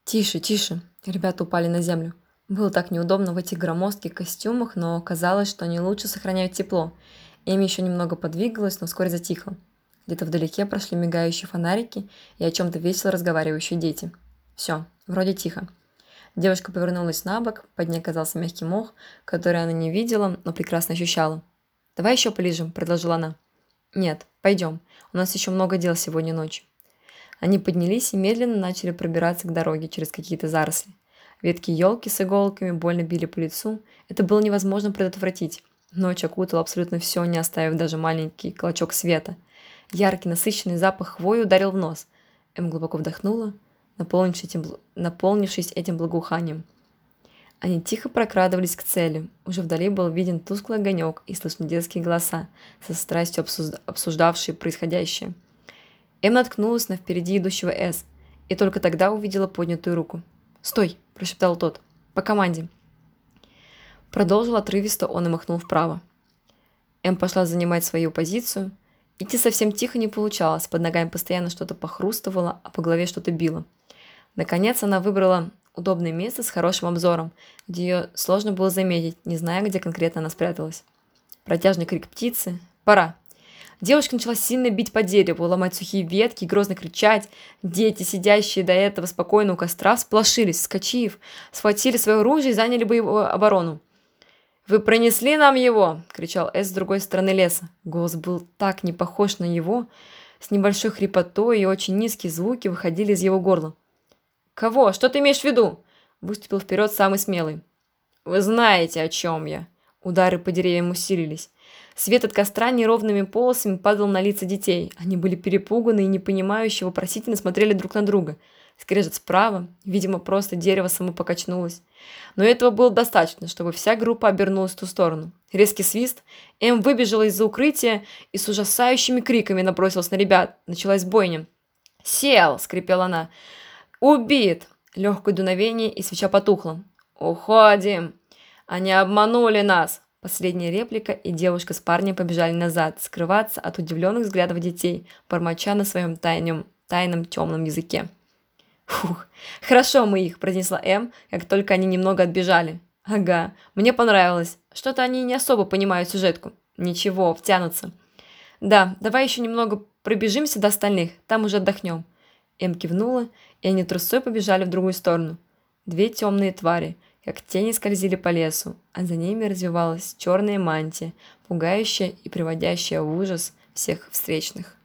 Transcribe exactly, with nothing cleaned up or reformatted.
Тише, тише. Ребята упали на землю. Было так неудобно в этих громоздких костюмах, но казалось, что они лучше сохраняют тепло. Эми еще немного подвигалась, но вскоре затихла. Где-то вдалеке прошли мигающие фонарики и о чем-то весело разговаривающие дети. Все, вроде тихо. Девушка повернулась на бок, под ней оказался мягкий мох, который она не видела, но прекрасно ощущала. «Давай еще полежим», – предложила она. «Нет, пойдем. У нас еще много дел сегодня ночью». Они поднялись и медленно начали пробираться к дороге через какие-то заросли. Ветки елки с иголками больно били по лицу. Это было невозможно предотвратить. Ночь окутала абсолютно все, не оставив даже маленький клочок света. Яркий, насыщенный запах хвои ударил в нос. Эм глубоко вдохнула, наполнившись этим, наполнившись этим благоуханием. Они тихо прокрадывались к цели. Уже вдали был виден тусклый огонек и слышны детские голоса, со страстью обсуждавшие происходящее. Эм наткнулась на впереди идущего С, и только тогда увидела поднятую руку. «Стой!» – прошептал тот. «По команде!» Продолжил отрывисто, он и махнул вправо. Эм пошла занимать свою позицию. Идти совсем тихо не получалось, под ногами постоянно что-то похрустывало, а по голове что-то било. Наконец она выбрала удобное место с хорошим обзором, где ее сложно было заметить, не зная, где конкретно она спряталась. Протяжный крик птицы. «Пора!» Девушка начала сильно бить по дереву, ломать сухие ветки и грозно кричать. Дети, сидящие до этого спокойно у костра, всполошились, вскочив, схватили свое оружие и заняли боевую оборону. «Вы пронесли нам его!» – кричал Эс с другой стороны леса. Голос был так не похож на его, с небольшой хрипотой, и очень низкие звуки выходили из его горла. «Кого? Что ты имеешь в виду?» – выступил вперед самый смелый. «Вы знаете, о чем я!» Удары по деревьям усилились. Свет от костра неровными полосами падал на лица детей. Они были перепуганы и непонимающе вопросительно смотрели друг на друга. Скрежет справа, видимо, просто дерево само покачнулось. Но этого было достаточно, чтобы вся группа обернулась в ту сторону. Резкий свист, Эм выбежала из-за укрытия и с ужасающими криками набросилась на ребят. Началась бойня. «Сел!» – скрипела она. «Убит!» Легкое дуновение, и свеча потухла. «Уходим! Они обманули нас!» Последняя реплика, и девушка с парнем побежали назад, скрываться от удивленных взглядов детей, бормоча на своем тайном, тайном темном языке. «Фух, хорошо мы их», – произнесла Эм, как только они немного отбежали. «Ага, мне понравилось. Что-то они не особо понимают сюжетку. Ничего, втянутся. Да, давай еще немного пробежимся до остальных, там уже отдохнем». Эм кивнула, и они трусой побежали в другую сторону. Две темные твари, как тени, скользили по лесу, а за ними развивалась черная мантия, пугающая и приводящая в ужас всех встречных.